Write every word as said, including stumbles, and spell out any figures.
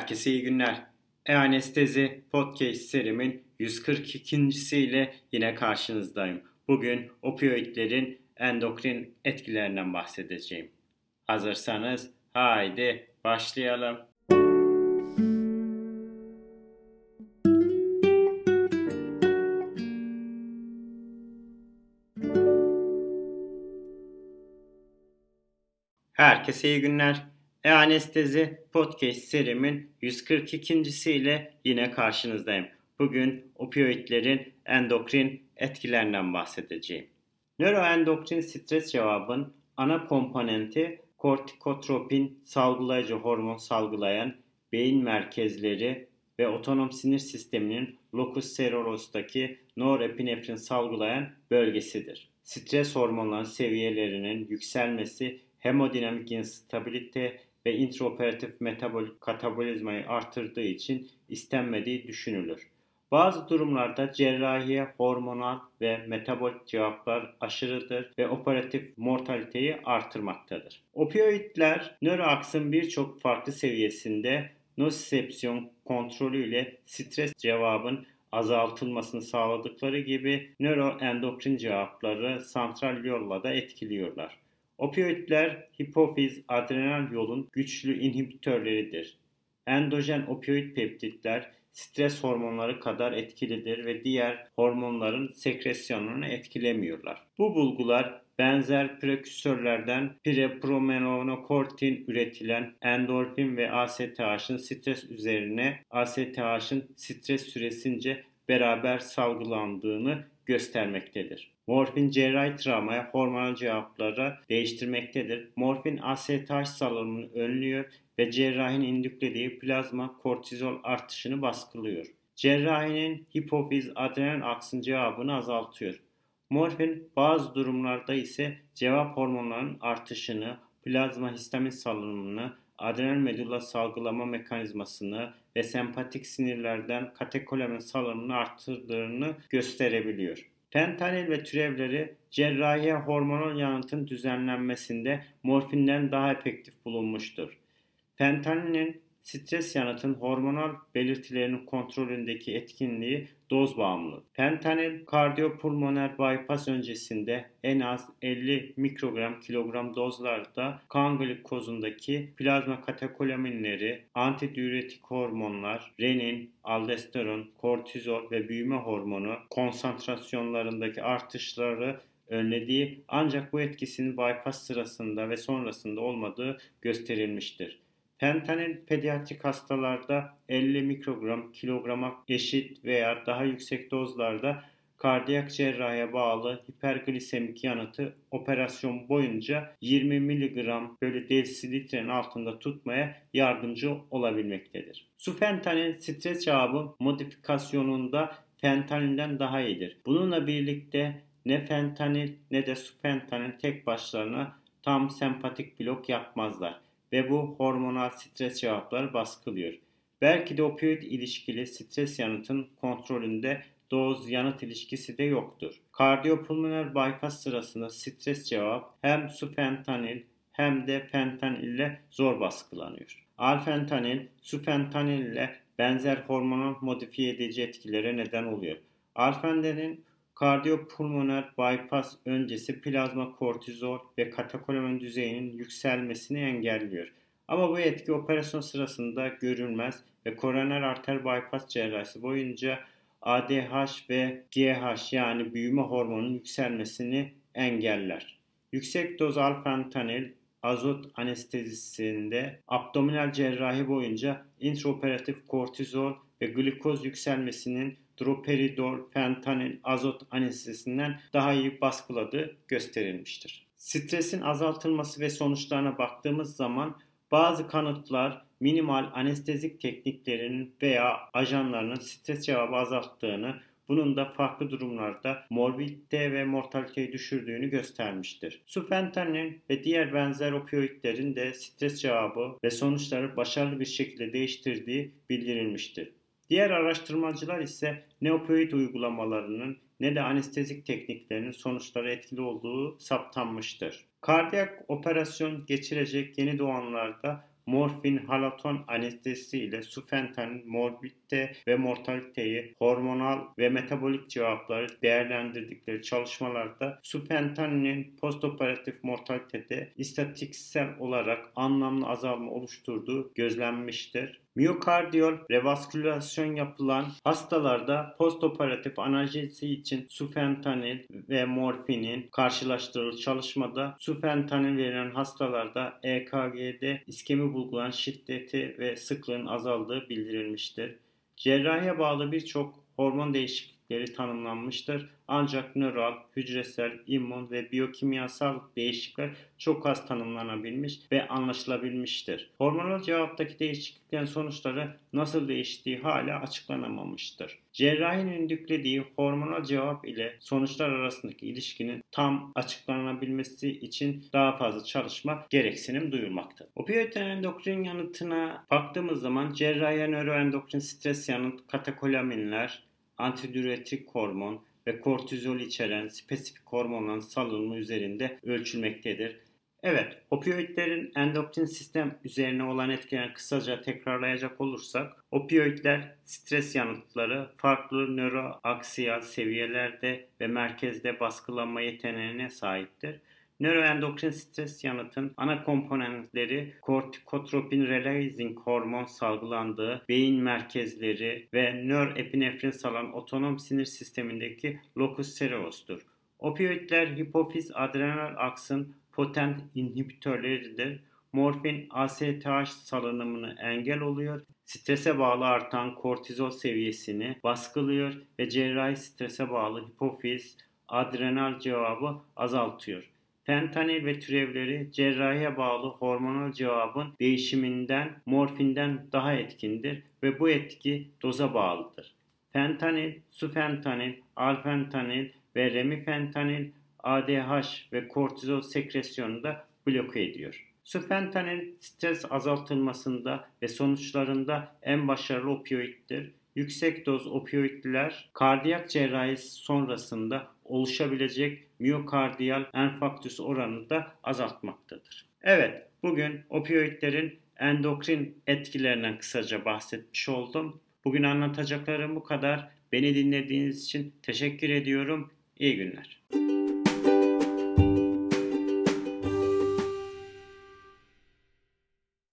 Herkese iyi günler. E-Anestezi Podcast serimin yüz kırk ikincisiyle yine karşınızdayım. Bugün opioidlerin endokrin etkilerinden bahsedeceğim. Hazırsanız haydi başlayalım. Herkese iyi günler. E-Anestezi Podcast serimin yüz kırk ikincisiyle yine karşınızdayım. Bugün opioidlerin endokrin etkilerinden bahsedeceğim. Nöroendokrin stres cevabın ana komponenti kortikotropin salgılayıcı hormon salgılayan beyin merkezleri ve otonom sinir sisteminin locus coeruleus'taki norepinefrin salgılayan bölgesidir. Stres hormonlarının seviyelerinin yükselmesi hemodinamik instabilite ve intraoperatif metabolik katabolizmayı artırdığı için istenmediği düşünülür. Bazı durumlarda cerrahiye hormonal ve metabolik cevaplar aşırıdır ve operatif mortaliteyi artırmaktadır. Opioidler nöroaksın birçok farklı seviyesinde nosisepsiyon kontrolü ile stres cevabın azaltılmasını sağladıkları gibi nöroendokrin cevapları santral yolla da etkiliyorlar. Opioidler hipofiz adrenal yolun güçlü inhibitörleridir. Endojen opioid peptitler stres hormonları kadar etkilidir ve diğer hormonların sekresyonunu etkilemiyorlar. Bu bulgular benzer prekürsörlerden prepromelanokortin üretilen endorfin ve A S T H'ın stres üzerine A S T H'ın stres süresince beraber salgılandığını göstermektedir. Morfin cerrahi travmaya hormonal cevapları değiştirmektedir. Morfin A S T H salınımını önlüyor ve cerrahinin indüklediği plazma kortizol artışını baskılıyor. Cerrahinin hipofiz adrenal aksın cevabını azaltıyor. Morfin bazı durumlarda ise cevap hormonlarının artışını, plazma histamin salınımını, adrenal medulla salgılama mekanizmasını ve sempatik sinirlerden katekolamin salınımını artırdığını gösterebiliyor. Fentanil ve türevleri cerrahiye hormonal yanıtın düzenlenmesinde morfinden daha efektif bulunmuştur. Fentanilin stres yanıtın hormonal belirtilerinin kontrolündeki etkinliği doz bağımlı. Fentanil kardiyopulmoner bypass öncesinde en az elli mikrogram kilogram dozlarda kan glikozundaki plazma katekolaminleri, antidiüretik hormonlar, renin, aldosteron, kortizol ve büyüme hormonu konsantrasyonlarındaki artışları önlediği ancak bu etkisinin bypass sırasında ve sonrasında olmadığı gösterilmiştir. Fentanil pediatrik hastalarda elli mikrogram kilograma eşit veya daha yüksek dozlarda kardiyak cerrahiye bağlı hiperglisemik yanıtı operasyon boyunca yirmi miligram bölü desilitrenin altında tutmaya yardımcı olabilmektedir. Sufentanil stres cevabı modifikasyonunda fentanilden daha iyidir. Bununla birlikte ne fentanil ne de sufentanil tek başlarına tam sempatik blok yapmazlar ve bu hormonal stres cevapları baskılıyor. Belki de opioid ilişkili stres yanıtın kontrolünde doz yanıt ilişkisi de yoktur. Kardiyopulmoner bypass sırasında stres cevap hem sufentanil hem de fentanil ile zor baskılanıyor. Alfentanil, sufentanil ile benzer hormonal modifiye edici etkilere neden oluyor. Alfentanilin kardiyopulmoner bypass öncesi plazma kortizol ve katekolamin düzeyinin yükselmesini engelliyor. Ama bu etki operasyon sırasında görülmez ve koroner arter bypass cerrahisi boyunca A D H ve G H yani büyüme hormonunun yükselmesini engeller. Yüksek doz alfentanil azot anestezisinde abdominal cerrahi boyunca intraoperatif kortizol ve glikoz yükselmesinin droperidol, fentanil, azot anestezisinden daha iyi baskıladığı gösterilmiştir. Stresin azaltılması ve sonuçlarına baktığımız zaman bazı kanıtlar minimal anestezik tekniklerinin veya ajanlarının stres cevabı azalttığını, bunun da farklı durumlarda morbidite ve mortaliteyi düşürdüğünü göstermiştir. Sufentanil ve diğer benzer opioidlerin de stres cevabı ve sonuçları başarılı bir şekilde değiştirdiği bildirilmiştir. Diğer araştırmacılar ise ne opioid uygulamalarının ne de anestezik tekniklerinin sonuçları etkili olduğu saptanmıştır. Kardiyak operasyon geçirecek yeni doğanlarda morfin, halaton anestezisi ile sufentanil morbidite ve mortaliteyi, hormonal ve metabolik cevapları değerlendirdikleri çalışmalarda sufentanilin postoperatif mortalitede istatistiksel olarak anlamlı azalma oluşturduğu gözlenmiştir. Miyokardiyal revaskülasyon yapılan hastalarda postoperatif analjesi için sufentanil ve morfinin karşılaştırıldığı çalışmada sufentanil verilen hastalarda E K G'de iskemi bulguların şiddeti ve sıklığın azaldığı bildirilmiştir. Cerrahiye bağlı birçok hormon değişiklikleri tanımlanmıştır. Ancak nöral, hücresel, immün ve biyokimyasal değişiklikler çok az tanımlanabilmiş ve anlaşılabilmiştir. Hormonal cevaptaki değişikliklerin sonuçları nasıl değiştiği hala açıklanamamıştır. Cerrahinin yüklediği hormonal cevap ile sonuçlar arasındaki ilişkinin tam açıklanabilmesi için daha fazla çalışma gereksinim duyulmaktadır. Opioid endokrin yanıtına baktığımız zaman cerrahiye nöroendokrin stres yanıt, katekolaminler, antidiüretik hormon ve kortizol içeren spesifik hormonların salınımı üzerinde ölçülmektedir. Evet, opioidlerin endokrin sistem üzerine olan etkilerini kısaca tekrarlayacak olursak, opioidler stres yanıtları farklı nöroaksiyal seviyelerde ve merkezde baskılanma yeteneğine sahiptir. Nöroendokrin stres yanıtın ana komponentleri kortikotropin releasing hormon salgılandığı beyin merkezleri ve nörepinefrin salan otonom sinir sistemindeki locus cerebro'stur. Opioidler hipofiz adrenal aksın potent inhibitörleridir. Morfin A S T H salınımını engel oluyor, strese bağlı artan kortizol seviyesini baskılıyor ve cerrahi strese bağlı hipofiz adrenal cevabı azaltıyor. Fentanil ve türevleri cerrahiye bağlı hormonal cevabın değişiminden morfinden daha etkindir ve bu etki doza bağlıdır. Fentanil, sufentanil, alfentanil ve remifentanil A D H ve kortizol sekresyonunu da bloke ediyor. Sufentanil stres azaltılmasında ve sonuçlarında en başarılı opioiddir. Yüksek doz opioidler kardiyak cerrahisi sonrasında oluşabilecek miyokardiyal enfarktüs oranını da azaltmaktadır. Evet, bugün opioidlerin endokrin etkilerinden kısaca bahsetmiş oldum. Bugün anlatacaklarım bu kadar. Beni dinlediğiniz için teşekkür ediyorum. İyi günler.